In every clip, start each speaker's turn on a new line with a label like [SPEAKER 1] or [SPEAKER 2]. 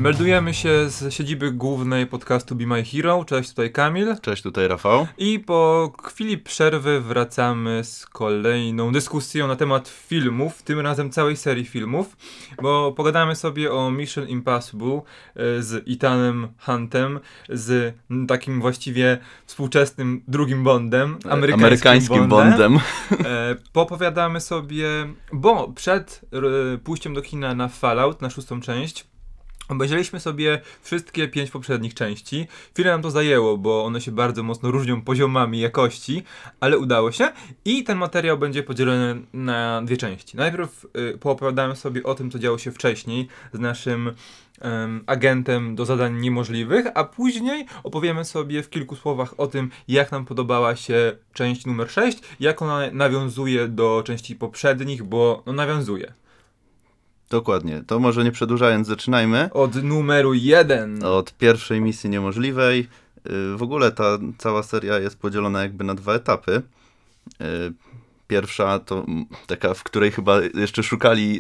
[SPEAKER 1] Meldujemy się z siedziby głównej podcastu Be My Hero. Cześć, tutaj Kamil.
[SPEAKER 2] Cześć, tutaj Rafał.
[SPEAKER 1] I po chwili przerwy wracamy z kolejną dyskusją na temat filmów, tym razem całej serii filmów, bo pogadamy sobie o Mission Impossible z Ethanem Huntem, z takim właściwie współczesnym drugim Bondem, amerykańskim Bondem. Popowiadamy sobie, bo przed pójściem do kina na Fallout, na 6. część, obejrzeliśmy sobie wszystkie 5 poprzednich części. Chwilę nam to zajęło, bo one się bardzo mocno różnią poziomami jakości, ale udało się i ten materiał będzie podzielony na 2 części. Najpierw poopowiadamy sobie o tym, co działo się wcześniej z naszym agentem do zadań niemożliwych, a później opowiemy sobie w kilku słowach o tym, jak nam podobała się część numer 6, jak ona nawiązuje do części poprzednich, bo nawiązuje.
[SPEAKER 2] Dokładnie. To może nie przedłużając, zaczynajmy.
[SPEAKER 1] Od numeru 1.
[SPEAKER 2] Od pierwszej misji niemożliwej. W ogóle ta cała seria jest podzielona jakby na 2 etapy. Pierwsza to taka, w której chyba jeszcze szukali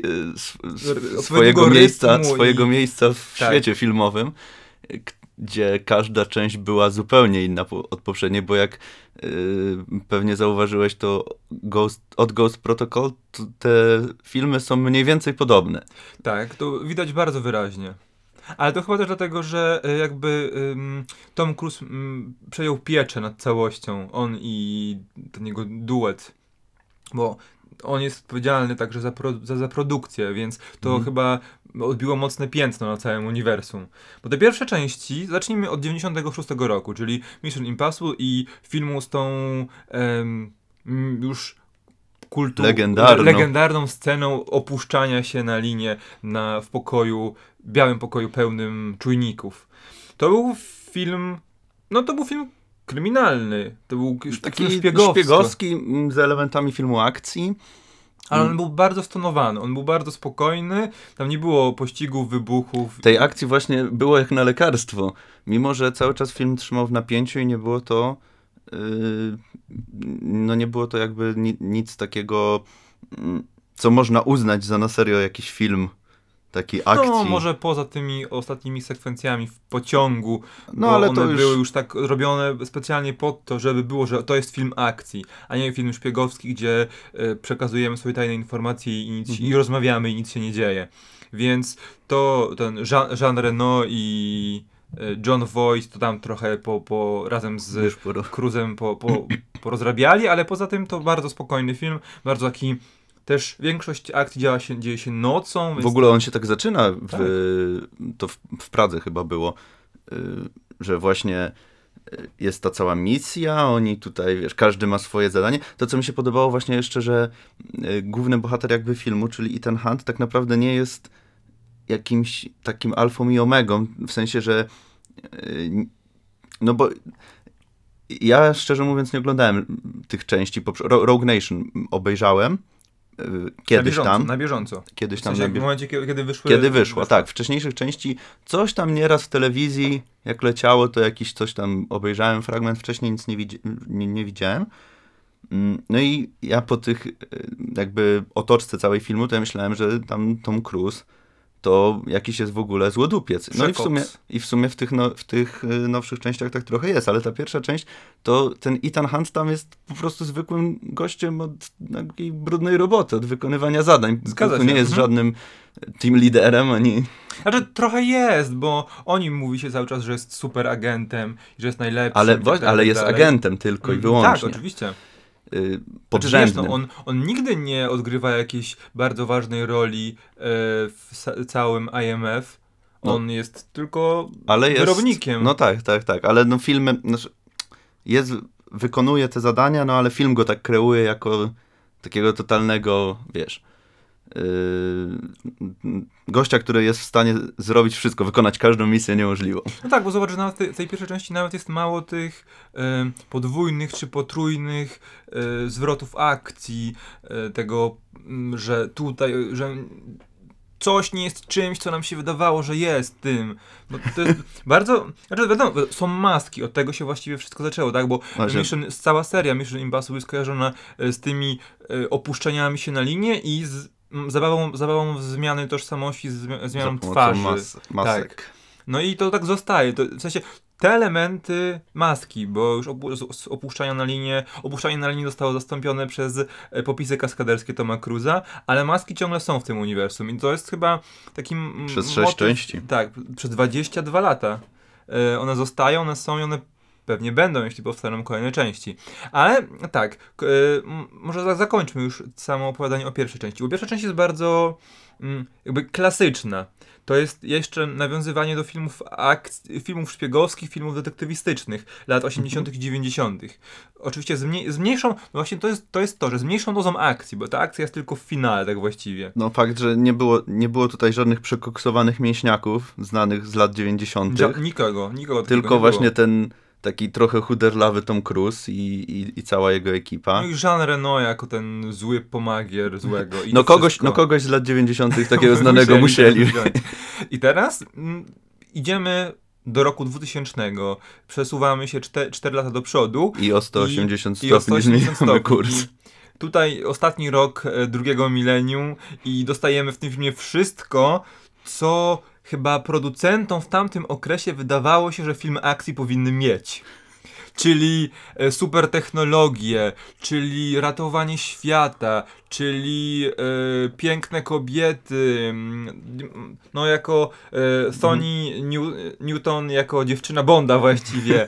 [SPEAKER 2] swojego miejsca w świecie filmowym, gdzie każda część była zupełnie inna od poprzedniej, bo jak pewnie zauważyłeś, to od Ghost Protocol to te filmy są mniej więcej podobne.
[SPEAKER 1] Tak, to widać bardzo wyraźnie. Ale to chyba też dlatego, że jakby Tom Cruise przejął pieczę nad całością, on i ten jego duet, bo on jest odpowiedzialny także za produkcję, więc to chyba odbiło mocne piętno na całym uniwersum. Bo te pierwsze części, zacznijmy od 96 roku, czyli Mission Impossible i filmu z tą już legendarną sceną opuszczania się na linię w białym pokoju pełnym czujników. To był film kryminalny. To był taki
[SPEAKER 2] szpiegowski z elementami filmu akcji.
[SPEAKER 1] Ale on był bardzo stonowany, on był bardzo spokojny, tam nie było pościgów, wybuchów.
[SPEAKER 2] Tej akcji właśnie było jak na lekarstwo. Mimo że cały czas film trzymał w napięciu i nie było to nie było to jakby nic takiego, co można uznać za na serio jakiś film takiej akcji.
[SPEAKER 1] No, może poza tymi ostatnimi sekwencjami w pociągu, ale one były już tak robione specjalnie pod to, żeby było, że to jest film akcji, a nie film szpiegowski, gdzie przekazujemy sobie tajne informacje i rozmawiamy i nic się nie dzieje. Więc to ten Jean Reno i Jon Voight to tam trochę razem z Cruzem porozrabiali, ale poza tym to bardzo spokojny film, bardzo taki. Też większość akcji dzieje się nocą. Więc
[SPEAKER 2] w ogóle on się tak zaczyna, to w Pradze chyba było, że właśnie jest ta cała misja, oni tutaj, każdy ma swoje zadanie. To, co mi się podobało właśnie jeszcze, że główny bohater jakby filmu, czyli Ethan Hunt, tak naprawdę nie jest jakimś takim alfą i omegą, w sensie, że bo ja szczerze mówiąc nie oglądałem tych części, Rogue Nation obejrzałem,
[SPEAKER 1] na bieżąco.
[SPEAKER 2] Kiedyś
[SPEAKER 1] tam w momencie, kiedy wyszło.
[SPEAKER 2] Kiedy wyszło, tak. W wcześniejszych części coś tam nieraz w telewizji, jak leciało, to jakiś coś tam obejrzałem, fragment, wcześniej nic nie widziałem. No i ja po tych jakby otoczce całej filmu, to ja myślałem, że tam Tom Cruise to jakiś jest w ogóle złodupiec. No i w sumie w tych nowszych częściach tak trochę jest, ale ta pierwsza część, to ten Ethan Hunt tam jest po prostu zwykłym gościem od takiej brudnej roboty, od wykonywania zadań.
[SPEAKER 1] Zgadza się.
[SPEAKER 2] Nie jest żadnym team liderem, ani...
[SPEAKER 1] Znaczy trochę jest, bo o nim mówi się cały czas, że jest super agentem, że jest najlepszym.
[SPEAKER 2] Ale jest agentem tylko i wyłącznie.
[SPEAKER 1] Tak, oczywiście.
[SPEAKER 2] Podrzędnym.
[SPEAKER 1] Znaczy, on nigdy nie odgrywa jakiejś bardzo ważnej roli w całym IMF. On jest tylko wyrobnikiem.
[SPEAKER 2] No tak, ale filmy, wykonuje te zadania, ale film go tak kreuje jako takiego totalnego, gościa, który jest w stanie zrobić wszystko, wykonać każdą misję niemożliwą.
[SPEAKER 1] No tak, bo zobacz, że nawet w tej pierwszej części nawet jest mało tych podwójnych czy potrójnych zwrotów akcji, tego, że tutaj, że coś nie jest czymś, co nam się wydawało, że jest tym. Bo to jest bardzo... Znaczy wiadomo, są maski, od tego się właściwie wszystko zaczęło, tak? Bo cała seria Mission Impossible jest kojarzona z tymi opuszczeniami się na linię i z zabawą zmiany tożsamości, zmianą twarzy.
[SPEAKER 2] Masek.
[SPEAKER 1] Tak. No i to tak zostaje. W sensie te elementy maski, bo już opuszczanie na linii zostało zastąpione przez popisy kaskaderskie Toma Cruza, ale maski ciągle są w tym uniwersum i to jest chyba takim
[SPEAKER 2] Przez 6 części.
[SPEAKER 1] Tak, przez 22 lata. One zostają, one są i one pewnie będą, jeśli powstaną kolejne części. Ale tak, może zakończmy już samo opowiadanie o pierwszej części, bo pierwsza część jest bardzo jakby klasyczna. To jest jeszcze nawiązywanie do filmów szpiegowskich, filmów detektywistycznych lat 80. i 90. Oczywiście z mniejszą, no właśnie to jest to, że z mniejszą dozą akcji, bo ta akcja jest tylko w finale tak właściwie.
[SPEAKER 2] No fakt, że nie było tutaj żadnych przekoksowanych mięśniaków znanych z lat 90.
[SPEAKER 1] Nikogo
[SPEAKER 2] Tylko właśnie ten taki trochę chuderlawy Tom Cruise i cała jego ekipa.
[SPEAKER 1] No i Jean Reno jako ten zły pomagier złego. I
[SPEAKER 2] kogoś z lat 90. takiego znanego musieli.
[SPEAKER 1] I teraz idziemy do roku 2000. Przesuwamy się 4 lata do przodu.
[SPEAKER 2] I o 180 stopni zmieniamy kurs.
[SPEAKER 1] I tutaj ostatni rok drugiego milenium i dostajemy w tym filmie wszystko, co chyba producentom w tamtym okresie wydawało się, że filmy akcji powinny mieć. Czyli super technologie, czyli ratowanie świata, czyli piękne kobiety, no jako Toni Newton jako dziewczyna Bonda właściwie.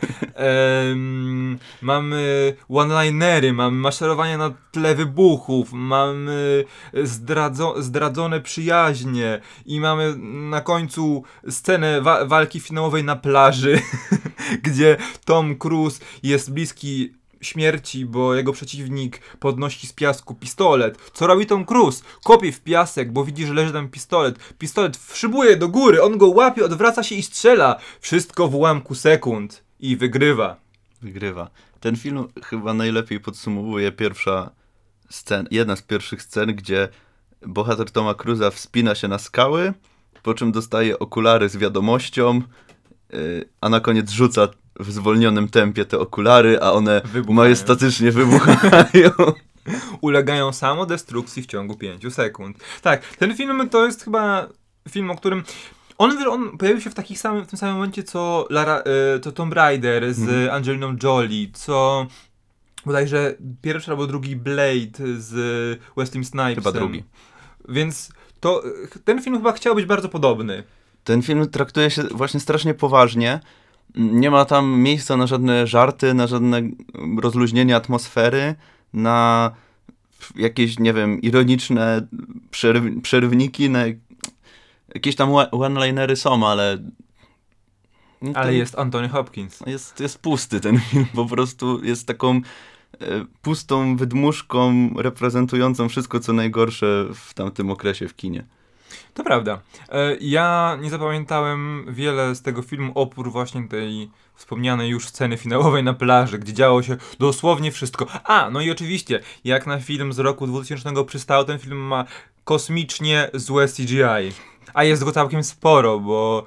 [SPEAKER 1] Mamy one-linery, mamy maszerowanie na tle wybuchów, mamy zdradzone przyjaźnie i mamy na końcu scenę walki finałowej na plaży, gdzie Tom Cruise jest bliski śmierci, bo jego przeciwnik podnosi z piasku pistolet. Co robi Tom Cruise? Kopie w piasek, bo widzi, że leży tam pistolet. Pistolet wszybuje do góry, on go łapie, odwraca się i strzela. Wszystko w ułamku sekund. I wygrywa.
[SPEAKER 2] Ten film chyba najlepiej podsumowuje jedna z pierwszych scen, gdzie bohater Toma Cruza wspina się na skały, po czym dostaje okulary z wiadomością, a na koniec rzuca w zwolnionym tempie te okulary, a one majestatycznie wybuchają.
[SPEAKER 1] Ulegają samodestrukcji w ciągu 5 sekund. Tak, ten film to jest chyba film, o którym on pojawił się w tym samym momencie, co to Tomb Raider z Angeliną Jolie, co bodajże pierwszy albo drugi Blade z Wesley Snipesem.
[SPEAKER 2] Chyba drugi.
[SPEAKER 1] Więc ten film chyba chciał być bardzo podobny.
[SPEAKER 2] Ten film traktuje się właśnie strasznie poważnie. Nie ma tam miejsca na żadne żarty, na żadne rozluźnienie atmosfery, na jakieś, nie wiem, ironiczne przerywniki, na jakieś tam one-linery są, ale...
[SPEAKER 1] Ale jest Anthony Hopkins.
[SPEAKER 2] Jest pusty ten film, po prostu jest taką pustą wydmuszką reprezentującą wszystko, co najgorsze w tamtym okresie w kinie.
[SPEAKER 1] To prawda. Ja nie zapamiętałem wiele z tego filmu, oprócz właśnie tej wspomnianej już sceny finałowej na plaży, gdzie działo się dosłownie wszystko. No i oczywiście, jak na film z roku 2000 przystało, ten film ma kosmicznie złe CGI. A jest go całkiem sporo,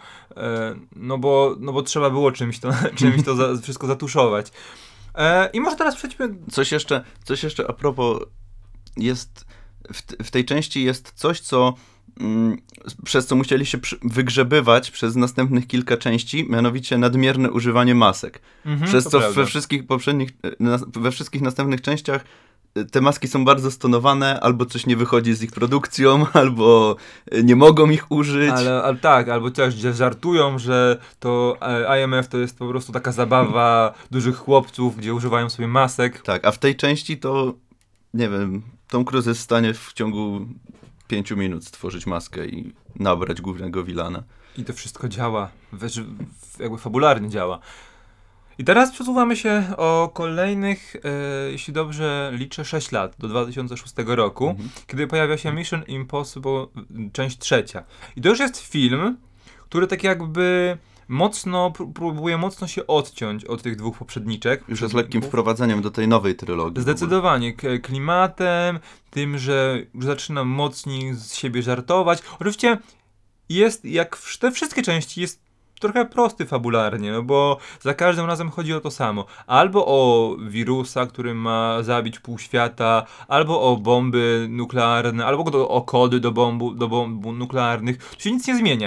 [SPEAKER 1] bo trzeba było czymś to wszystko zatuszować. I może teraz przejdźmy...
[SPEAKER 2] Coś jeszcze a propos, jest w tej części jest coś, co przez co musieli się wygrzebywać przez następnych kilka części, mianowicie nadmierne używanie masek. Przez co we wszystkich następnych częściach te maski są bardzo stonowane, albo coś nie wychodzi z ich produkcją, albo nie mogą ich użyć.
[SPEAKER 1] Albo też żartują, że to IMF to jest po prostu taka zabawa dużych chłopców, gdzie używają sobie masek.
[SPEAKER 2] Tak, a w tej części to, nie wiem, Tom Cruise jest w stanie w ciągu 5 minut stworzyć maskę i nabrać głównego wilana.
[SPEAKER 1] I to wszystko działa, jakby fabularnie działa. I teraz przesuwamy się o kolejnych, jeśli dobrze liczę, 6 lat, do 2006 roku, kiedy pojawia się Mission Impossible część 3. I to już jest film, który tak jakby próbuje mocno się odciąć od tych dwóch poprzedniczek.
[SPEAKER 2] Już z lekkim wprowadzeniem do tej nowej trylogii.
[SPEAKER 1] Zdecydowanie. Klimatem, tym, że zaczyna mocniej z siebie żartować. Oczywiście jest, jak te wszystkie części, jest trochę prosty fabularnie, no bo za każdym razem chodzi o to samo. Albo o wirusa, który ma zabić pół świata, albo o bomby nuklearne, albo o kody do bomb nuklearnych. Tu się nic nie zmienia.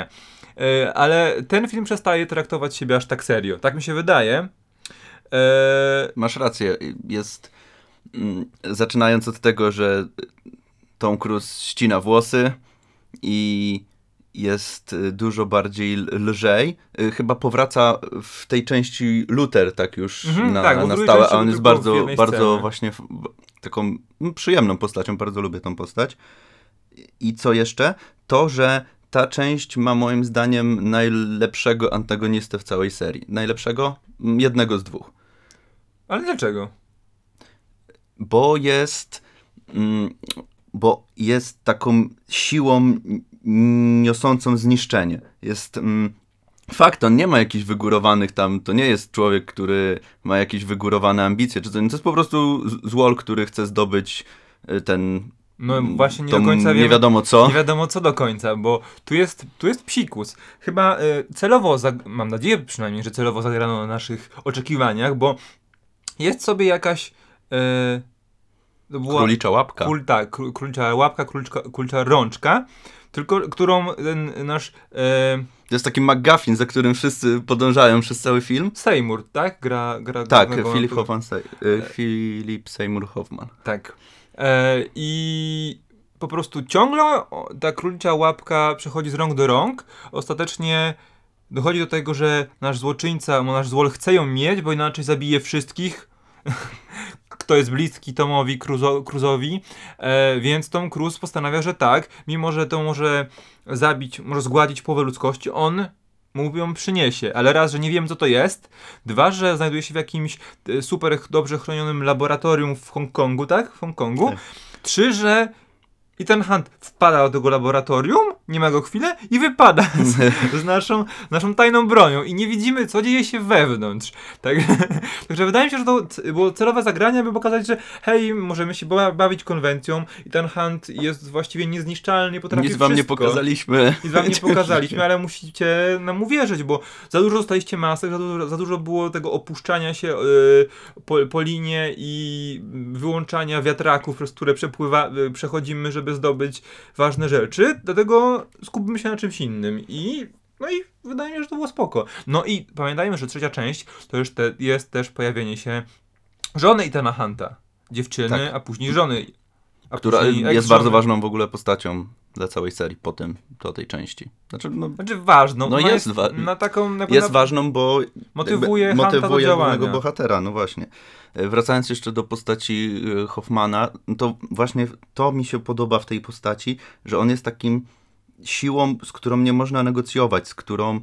[SPEAKER 1] Ale ten film przestaje traktować siebie aż tak serio. Tak mi się wydaje.
[SPEAKER 2] Masz rację. Jest... Zaczynając od tego, że Tom Cruise ścina włosy i jest dużo bardziej lżej. Chyba powraca w tej części Luther tak już
[SPEAKER 1] tak,
[SPEAKER 2] na
[SPEAKER 1] w
[SPEAKER 2] stałe,
[SPEAKER 1] części
[SPEAKER 2] a on jest
[SPEAKER 1] tylko w
[SPEAKER 2] bardzo,
[SPEAKER 1] jednej
[SPEAKER 2] bardzo
[SPEAKER 1] scenie.
[SPEAKER 2] właśnie taką przyjemną postacią, bardzo lubię tą postać. I co jeszcze? To, że ta część ma moim zdaniem najlepszego antagonistę w całej serii. Najlepszego? Jednego z dwóch.
[SPEAKER 1] Ale dlaczego?
[SPEAKER 2] Bo jest taką siłą niosącą zniszczenie. Jest fakt, on nie ma jakichś wygórowanych tam, to nie jest człowiek, który ma jakieś wygórowane ambicje, czy to jest po prostu złol, który chce zdobyć ten
[SPEAKER 1] No właśnie nie
[SPEAKER 2] to
[SPEAKER 1] do końca wiemy.
[SPEAKER 2] nie wiadomo co.
[SPEAKER 1] Nie wiadomo co do końca, bo tu jest psikus. Chyba celowo, mam nadzieję przynajmniej, że celowo zagrano na naszych oczekiwaniach, bo jest sobie jakaś to była
[SPEAKER 2] Królicza łapka.
[SPEAKER 1] Królicza łapka, królicza rączka, tylko którą ten nasz
[SPEAKER 2] To jest taki McGuffin, za którym wszyscy podążają przez cały film.
[SPEAKER 1] Seymour, tak? Gra
[SPEAKER 2] Tak,
[SPEAKER 1] głównego-
[SPEAKER 2] Philip Seymour Hoffman.
[SPEAKER 1] Tak. I po prostu ciągle ta królicza łapka przechodzi z rąk do rąk. Ostatecznie dochodzi do tego, że nasz złoczyńca, nasz złol chce ją mieć, bo inaczej zabije wszystkich, kto jest bliski Tomowi Cruise'owi. Więc Tom Cruise postanawia, że tak, mimo że to może zabić, może zgładzić połowę ludzkości, on mu ją przyniesie, ale raz, że nie wiem co to jest, dwa, że znajduje się w jakimś super dobrze chronionym laboratorium w Hongkongu, tak? W Hongkongu.
[SPEAKER 2] Tak.
[SPEAKER 1] Trzy, że Ethan Hunt wpada do tego laboratorium, nie ma go chwilę i wypada z naszą tajną bronią i nie widzimy, co dzieje się wewnątrz. Tak? Także wydaje mi się, że to było celowe zagranie, by pokazać, że hej, możemy się bawić konwencją. Ethan Hunt jest właściwie niezniszczalny, potrafi
[SPEAKER 2] Nic wam nie
[SPEAKER 1] wszystko.
[SPEAKER 2] pokazaliśmy.
[SPEAKER 1] Nic wam nie pokazaliśmy, ale musicie nam uwierzyć, bo za dużo dostaliście masek, za dużo było tego opuszczania się po linie i wyłączania wiatraków, przez które przechodzimy, żeby zdobyć ważne rzeczy, dlatego skupmy się na czymś innym i wydaje mi się, że to było spoko. No i pamiętajmy, że trzecia część to już jest też pojawienie się żony Ethana Hunta, dziewczyny,
[SPEAKER 2] Tak.
[SPEAKER 1] a później żony.
[SPEAKER 2] Która
[SPEAKER 1] później
[SPEAKER 2] jest
[SPEAKER 1] ex-żony.
[SPEAKER 2] bardzo ważną w ogóle postacią dla całej serii po tej części.
[SPEAKER 1] Znaczy ważną,
[SPEAKER 2] No
[SPEAKER 1] ona
[SPEAKER 2] jest
[SPEAKER 1] na taką...
[SPEAKER 2] jest ważną, bo
[SPEAKER 1] motywuje Hunta do działania.
[SPEAKER 2] głównego bohatera, no właśnie. Wracając jeszcze do postaci Hoffmana, to właśnie to mi się podoba w tej postaci, że on jest takim siłą, z którą nie można negocjować, z którą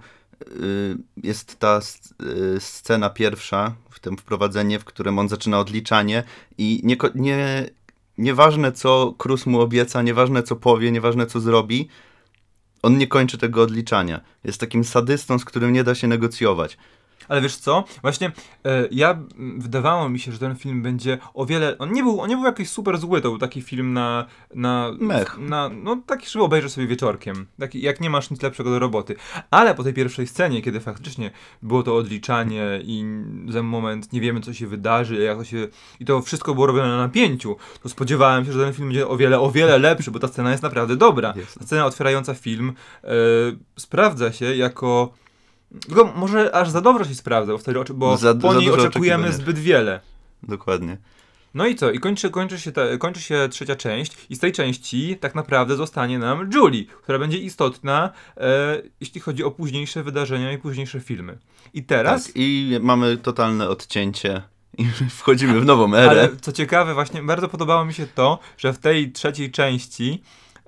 [SPEAKER 2] jest ta scena pierwsza, w tym wprowadzenie, w którym on zaczyna odliczanie i nieważne co Cruise mu obieca, nieważne co powie, nieważne co zrobi, on nie kończy tego odliczania. Jest takim sadystą, z którym nie da się negocjować.
[SPEAKER 1] Ale wiesz co? Właśnie wydawało mi się, że ten film będzie o wiele... On nie był jakiś super zły, to był taki film
[SPEAKER 2] Mech.
[SPEAKER 1] no taki, żeby obejrzeć sobie wieczorkiem. Taki, jak nie masz nic lepszego do roboty. Ale po tej pierwszej scenie, kiedy faktycznie było to odliczanie i za moment nie wiemy, co się wydarzy, jak to się... I to wszystko było robione na napięciu, to spodziewałem się, że ten film będzie o wiele lepszy, bo ta scena jest naprawdę dobra.
[SPEAKER 2] Jest.
[SPEAKER 1] Ta scena otwierająca film sprawdza się jako... Tylko może aż za dobrze się sprawdza, bo po niej oczekujemy
[SPEAKER 2] oczekiwania.
[SPEAKER 1] zbyt wiele.
[SPEAKER 2] Dokładnie.
[SPEAKER 1] No i co? I kończy się trzecia część i z tej części tak naprawdę zostanie nam Julie, która będzie istotna, jeśli chodzi o późniejsze wydarzenia i późniejsze filmy. I teraz...
[SPEAKER 2] Tak, i mamy totalne odcięcie i wchodzimy w nową erę.
[SPEAKER 1] Ale co ciekawe, właśnie bardzo podobało mi się to, że w tej trzeciej części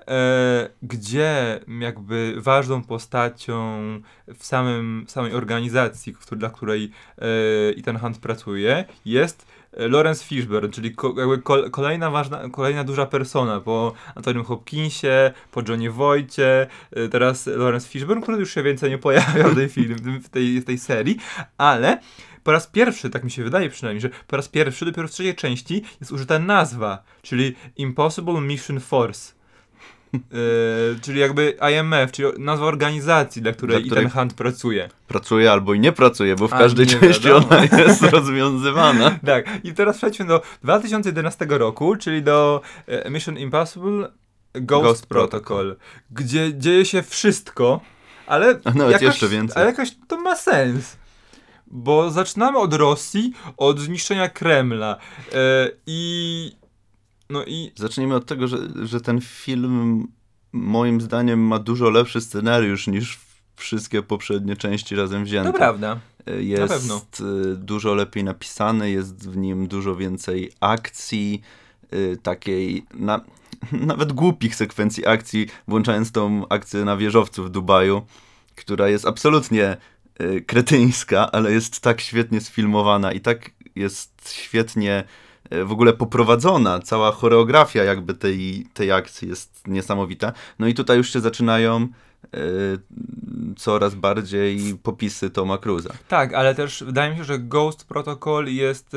[SPEAKER 1] gdzie jakby ważną postacią w samej organizacji, dla której Ethan Hunt pracuje, jest Lawrence Fishburne, czyli kolejna duża persona po Antonym Hopkinsie, po Johnie Voightie, teraz Lawrence Fishburne, który już się więcej nie pojawia w tej serii, ale po raz pierwszy, tak mi się wydaje przynajmniej, że po raz pierwszy dopiero w trzeciej części jest użyta nazwa, czyli Impossible Mission Force. Czyli jakby IMF, czyli nazwa organizacji, dla której Ethan Hunt pracuje.
[SPEAKER 2] Pracuje albo i nie pracuje, bo w każdej części
[SPEAKER 1] wiadomo.
[SPEAKER 2] ona jest rozwiązywana.
[SPEAKER 1] Tak, i teraz przejdźmy do 2011 roku, czyli do Mission Impossible Ghost Protocol, gdzie dzieje się wszystko, ale
[SPEAKER 2] A nawet jeszcze więcej.
[SPEAKER 1] Ale jakoś to ma sens. Bo zaczynamy od Rosji, od zniszczenia Kremla i
[SPEAKER 2] Zacznijmy od tego, że ten film moim zdaniem ma dużo lepszy scenariusz niż wszystkie poprzednie części razem wzięte.
[SPEAKER 1] to prawda.
[SPEAKER 2] Jest
[SPEAKER 1] Na pewno.
[SPEAKER 2] dużo lepiej napisany, jest w nim dużo więcej akcji, takiej nawet głupich sekwencji akcji, włączając tą akcję na wieżowcu w Dubaju, która jest absolutnie kretyńska, ale jest tak świetnie sfilmowana i tak jest świetnie w ogóle poprowadzona. Cała choreografia jakby tej akcji jest niesamowita. No i tutaj już się zaczynają coraz bardziej popisy Toma Cruise'a.
[SPEAKER 1] Tak, ale też wydaje mi się, że Ghost Protocol jest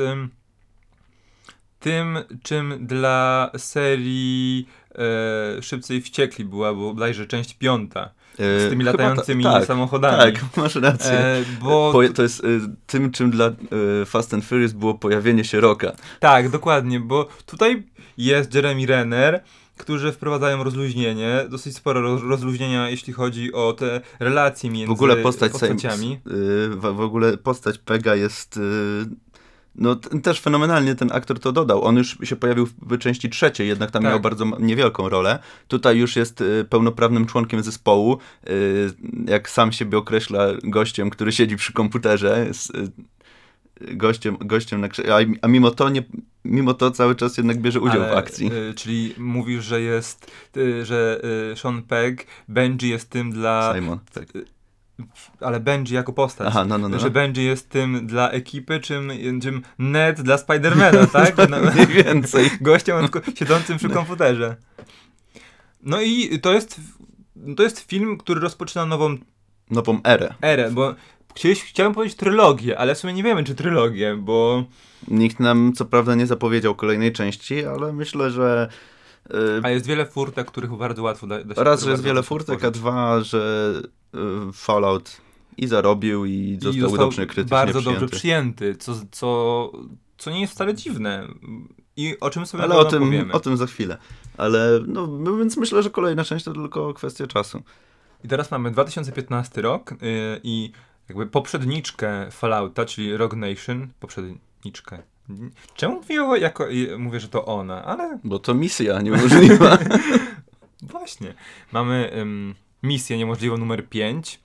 [SPEAKER 1] tym, czym dla serii Szybcy i Wściekli była bodajże część 5. Z tymi latającymi samochodami.
[SPEAKER 2] Tak, masz rację. To jest tym, czym dla Fast and Furious było pojawienie się Rocka.
[SPEAKER 1] Tak, dokładnie, bo tutaj jest Jeremy Renner, którzy wprowadzają rozluźnienie, dosyć spore rozluźnienia, jeśli chodzi o te relacje między postaciami.
[SPEAKER 2] W ogóle postać Pega jest... No też fenomenalnie ten aktor to dodał. On już się pojawił w części 3, jednak tam miał bardzo niewielką rolę. Tutaj już jest pełnoprawnym członkiem zespołu. Jak sam siebie określa, gościem, który siedzi przy komputerze. Gościem a mimo to cały czas jednak bierze udział w akcji.
[SPEAKER 1] Czyli mówisz, że jest, że Sean Pegg, Benji jest tym dla...
[SPEAKER 2] Simon Pegg.
[SPEAKER 1] Ale Benji jako postać.
[SPEAKER 2] Aha, no.
[SPEAKER 1] Że Benji jest tym dla ekipy, czym Ned dla Spidermana, tak?
[SPEAKER 2] Mniej więcej.
[SPEAKER 1] Gościem siedzącym przy komputerze. No i to jest film, który rozpoczyna
[SPEAKER 2] nową erę.
[SPEAKER 1] Bo chciałem powiedzieć trylogię, ale w sumie nie wiemy, czy trylogię, bo...
[SPEAKER 2] Nikt nam co prawda nie zapowiedział kolejnej części, ale myślę, że...
[SPEAKER 1] A jest wiele furtek, których bardzo łatwo da się...
[SPEAKER 2] Raz, że jest wiele furtek, a dwa, że Fallout i zarobił i został udacznie krytycznie
[SPEAKER 1] bardzo dobrze przyjęty, co nie jest wcale dziwne. I o czym sobie powiemy.
[SPEAKER 2] O tym za chwilę. Ale więc myślę, że kolejna część to tylko kwestia czasu.
[SPEAKER 1] I teraz mamy 2015 rok i jakby poprzedniczkę Fallouta, czyli Rogue Nation, poprzedniczkę. Czemu mówię, że to ona, ale...
[SPEAKER 2] Bo to misja niemożliwa.
[SPEAKER 1] Właśnie. Mamy misję niemożliwą numer 5.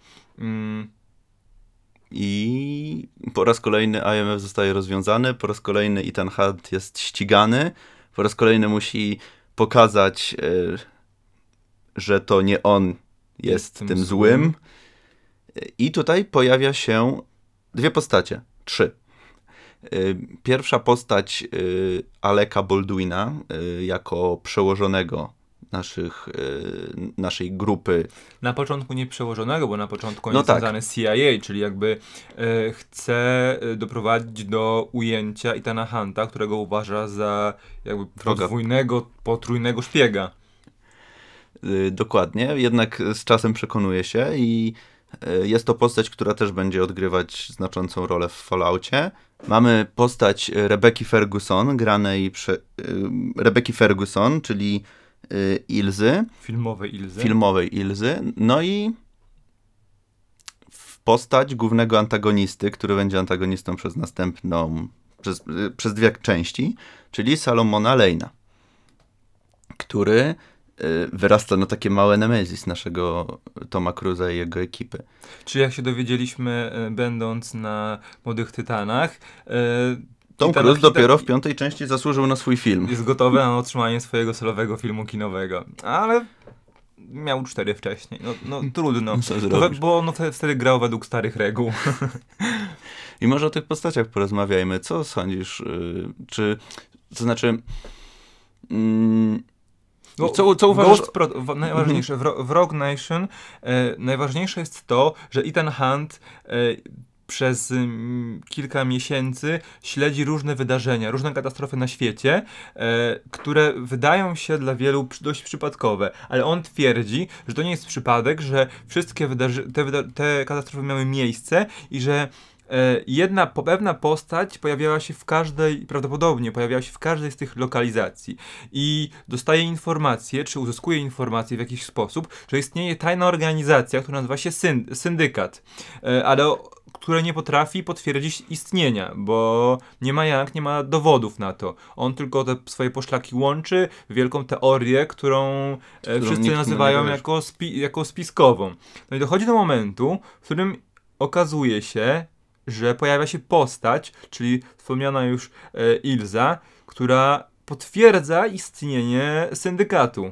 [SPEAKER 2] I po raz kolejny IMF zostaje rozwiązany, po raz kolejny Ethan Hunt jest ścigany, po raz kolejny musi pokazać, że to nie on jest tym złym. I tutaj pojawia się 2 postacie. 3. Pierwsza postać Aleka Baldwina jako przełożonego naszej grupy.
[SPEAKER 1] Na początku nie przełożonego, bo na początku on jest związany z CIA, czyli jakby chce doprowadzić do ujęcia Ethana Hunta, którego uważa za jakby potrójnego szpiega.
[SPEAKER 2] Dokładnie, jednak z czasem przekonuje się i jest to postać, która też będzie odgrywać znaczącą rolę w Falloutie. Mamy postać Rebeki Ferguson, Rebeki Ferguson, czyli Ilzy. Filmowej Ilzy. No i postać głównego antagonisty, który będzie antagonistą przez przez 2 części, czyli Salomona Lane'a, który wyrasta na takie małe nemezis naszego Toma Cruise'a i jego ekipy.
[SPEAKER 1] Czyli jak się dowiedzieliśmy, będąc na Młodych Tytanach,
[SPEAKER 2] Tom Cruise dopiero w 5. części zasłużył na swój film.
[SPEAKER 1] Jest gotowy na otrzymanie swojego solowego filmu kinowego. Ale miał 4 wcześniej. No trudno. Bo on wtedy grał według starych reguł.
[SPEAKER 2] I może o tych postaciach porozmawiajmy. Co sądzisz? To znaczy... Co uważasz?
[SPEAKER 1] Najważniejsze, w Rogue Nation najważniejsze jest to, że Ethan Hunt przez kilka miesięcy śledzi różne wydarzenia, różne katastrofy na świecie, które wydają się dla wielu dość przypadkowe, ale on twierdzi, że to nie jest przypadek, że wszystkie te katastrofy miały miejsce i że pewna postać prawdopodobnie pojawiała się w każdej z tych lokalizacji i dostaje informację, czy uzyskuje informację w jakiś sposób, że istnieje tajna organizacja, która nazywa się syndykat, które nie potrafi potwierdzić istnienia, bo nie ma dowodów na to. On tylko te swoje poszlaki łączy w wielką teorię, którą wszyscy nazywają jako spiskową. No i dochodzi do momentu, w którym okazuje się, że pojawia się postać, czyli wspomniana już Ilza, która potwierdza istnienie syndykatu.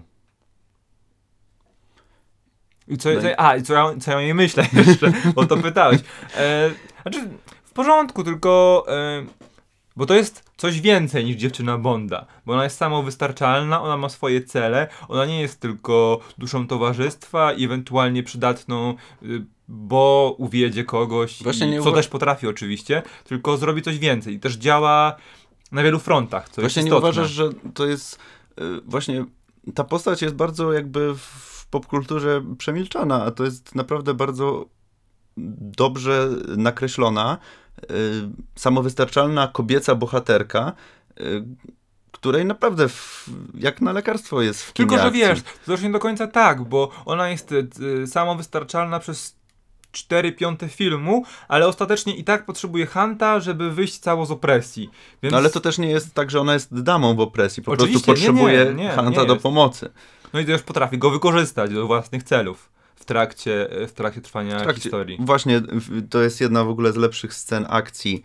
[SPEAKER 1] I co ja o niej myślę jeszcze, o to pytałeś. Znaczy, w porządku, tylko... bo to jest coś więcej niż dziewczyna Bonda, bo ona jest samowystarczalna, ona ma swoje cele, ona nie jest tylko duszą towarzystwa i ewentualnie przydatną, bo uwiedzie kogoś, co też potrafi oczywiście, tylko zrobi coś więcej i też działa na wielu frontach, co
[SPEAKER 2] właśnie
[SPEAKER 1] jest
[SPEAKER 2] nie
[SPEAKER 1] istotne.
[SPEAKER 2] uważasz, że to jest właśnie ta postać jest bardzo jakby w popkulturze przemilczana, a to jest naprawdę bardzo dobrze nakreślona, samowystarczalna kobieca bohaterka, której naprawdę jak na lekarstwo jest w kinie
[SPEAKER 1] Tylko, że
[SPEAKER 2] akcji.
[SPEAKER 1] wiesz, to też nie do końca tak, bo ona jest samowystarczalna przez 4/5 filmu, ale ostatecznie i tak potrzebuje Hunta, żeby wyjść cało z opresji. Więc...
[SPEAKER 2] No ale to też nie jest tak, że ona jest damą w opresji, po
[SPEAKER 1] Oczywiście,
[SPEAKER 2] prostu potrzebuje
[SPEAKER 1] nie
[SPEAKER 2] Hunta do
[SPEAKER 1] jest.
[SPEAKER 2] pomocy.
[SPEAKER 1] No i też potrafi go wykorzystać do własnych celów w trakcie trwania historii.
[SPEAKER 2] Właśnie, to jest jedna w ogóle z lepszych scen akcji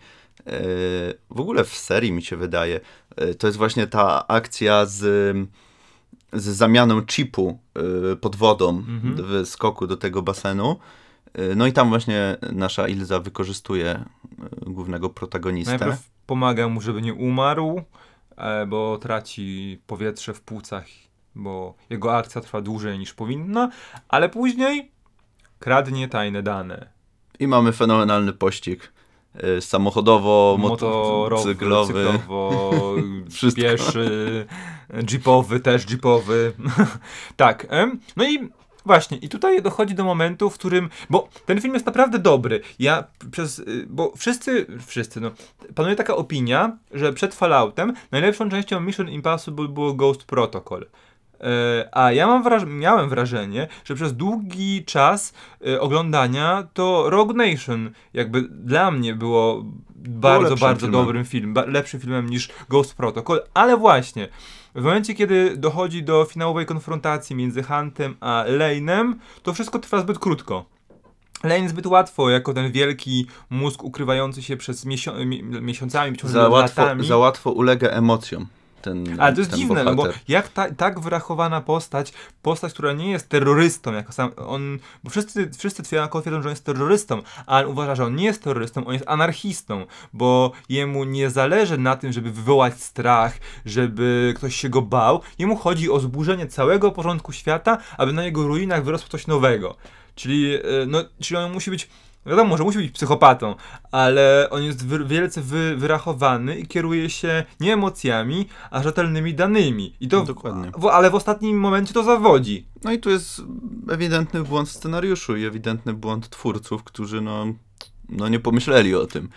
[SPEAKER 2] w ogóle w serii, mi się wydaje. To jest właśnie ta akcja z zamianą chipu pod wodą w skoku do tego basenu. No i tam właśnie nasza Ilza wykorzystuje głównego protagonistę.
[SPEAKER 1] Najpierw pomaga mu, żeby nie umarł, bo traci powietrze w płucach, bo jego akcja trwa dłużej niż powinna, ale później kradnie tajne dane.
[SPEAKER 2] I mamy fenomenalny pościg samochodowo,
[SPEAKER 1] Motorowy,
[SPEAKER 2] cyklowy,
[SPEAKER 1] cyklowo, pieszy, jeepowy. Tak. No i właśnie, i tutaj dochodzi do momentu, w którym, bo ten film jest naprawdę dobry. Bo wszyscy, no, panuje taka opinia, że przed Falloutem najlepszą częścią Mission Impossible było Ghost Protocol. A ja miałem wrażenie, że przez długi czas oglądania to Rogue Nation jakby dla mnie było bardzo
[SPEAKER 2] filmem.
[SPEAKER 1] dobrym filmem, lepszym filmem niż Ghost Protocol, ale właśnie w momencie, kiedy dochodzi do finałowej konfrontacji między Huntem a Lane'em, to wszystko trwa zbyt krótko. Lane zbyt łatwo, jako ten wielki mózg ukrywający się przez miesiącami, być może latami.
[SPEAKER 2] Za łatwo ulega emocjom.
[SPEAKER 1] Ale to jest dziwne,
[SPEAKER 2] bohater.
[SPEAKER 1] no bo jak tak wyrachowana postać, która nie jest terrorystą, jako sam, bo wszyscy twierdzą, że on jest terrorystą, a on uważa, że on nie jest terrorystą, on jest anarchistą, bo jemu nie zależy na tym, żeby wywołać strach, żeby ktoś się go bał, jemu chodzi o zburzenie całego porządku świata, aby na jego ruinach wyrosło coś nowego. Czyli on musi być, wiadomo, że musi być psychopatą, ale on jest wielce wyrachowany i kieruje się nie emocjami, a rzetelnymi danymi. I to
[SPEAKER 2] Dokładnie.
[SPEAKER 1] Ale w ostatnim momencie to zawodzi.
[SPEAKER 2] No i tu jest ewidentny błąd w scenariuszu i ewidentny błąd twórców, którzy nie pomyśleli o tym.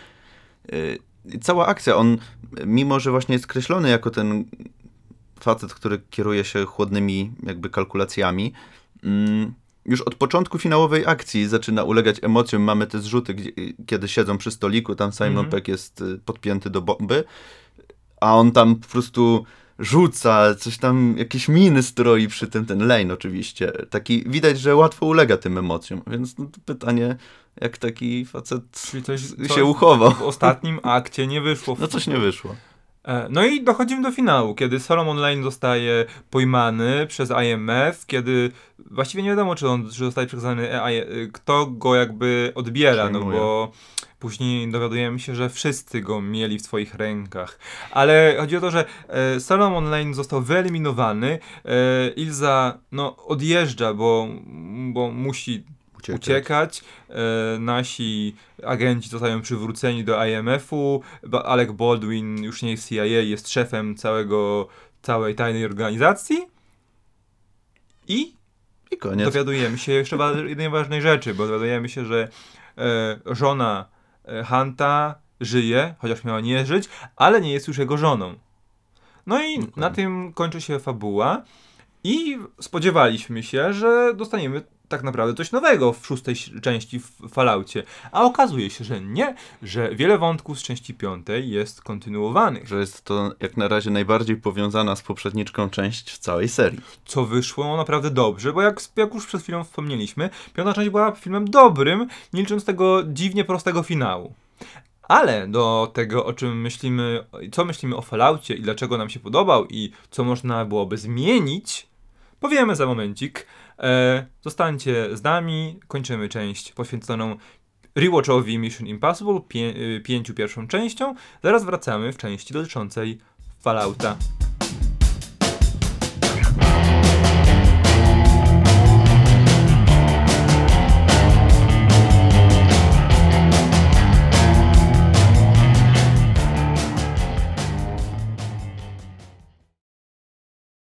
[SPEAKER 2] Cała akcja, on mimo, że właśnie jest skreślony jako ten facet, który kieruje się chłodnymi jakby kalkulacjami, już od początku finałowej akcji zaczyna ulegać emocjom. Mamy te zrzuty, kiedy siedzą przy stoliku, tam Simon Pegg jest podpięty do bomby, a on tam po prostu rzuca, coś tam, jakieś miny stroi przy tym, ten Lane oczywiście. Taki, widać, że łatwo ulega tym emocjom, więc to pytanie, jak taki facet się uchował.
[SPEAKER 1] W ostatnim akcie nie wyszło.
[SPEAKER 2] No coś nie wyszło.
[SPEAKER 1] No i dochodzimy do finału, kiedy Solomon Lane zostaje pojmany przez IMF, kiedy właściwie nie wiadomo, czy zostaje przekazany, kto go jakby odbiera, no bo później dowiadujemy się, że wszyscy go mieli w swoich rękach. Ale chodzi o to, że Solomon Lane został wyeliminowany, Ilza odjeżdża, bo musi uciekać. Nasi agenci zostają przywróceni do IMF-u. Alec Baldwin już nie jest CIA, jest szefem całej tajnej organizacji. I
[SPEAKER 2] koniec.
[SPEAKER 1] Dowiadujemy się jeszcze jednej ważnej rzeczy, bo dowiadujemy się, że żona Hunta żyje, chociaż miała nie żyć, ale nie jest już jego żoną. No i na tym kończy się fabuła i spodziewaliśmy się, że dostaniemy tak naprawdę coś nowego w 6. części w Falloutie. A okazuje się, że nie, że wiele wątków z części 5 jest kontynuowanych.
[SPEAKER 2] Że jest to jak na razie najbardziej powiązana z poprzedniczką część w całej serii.
[SPEAKER 1] Co wyszło naprawdę dobrze, bo jak już przed chwilą wspomnieliśmy, 5. część była filmem dobrym, nie licząc tego dziwnie prostego finału. Ale do tego, o czym myślimy, co myślimy o Falloutie i dlaczego nam się podobał i co można byłoby zmienić, powiemy za momencik. Zostańcie z nami, kończymy część poświęconą rewatchowi Mission Impossible, 5 pierwszą częścią. Zaraz wracamy w części dotyczącej Fallouta.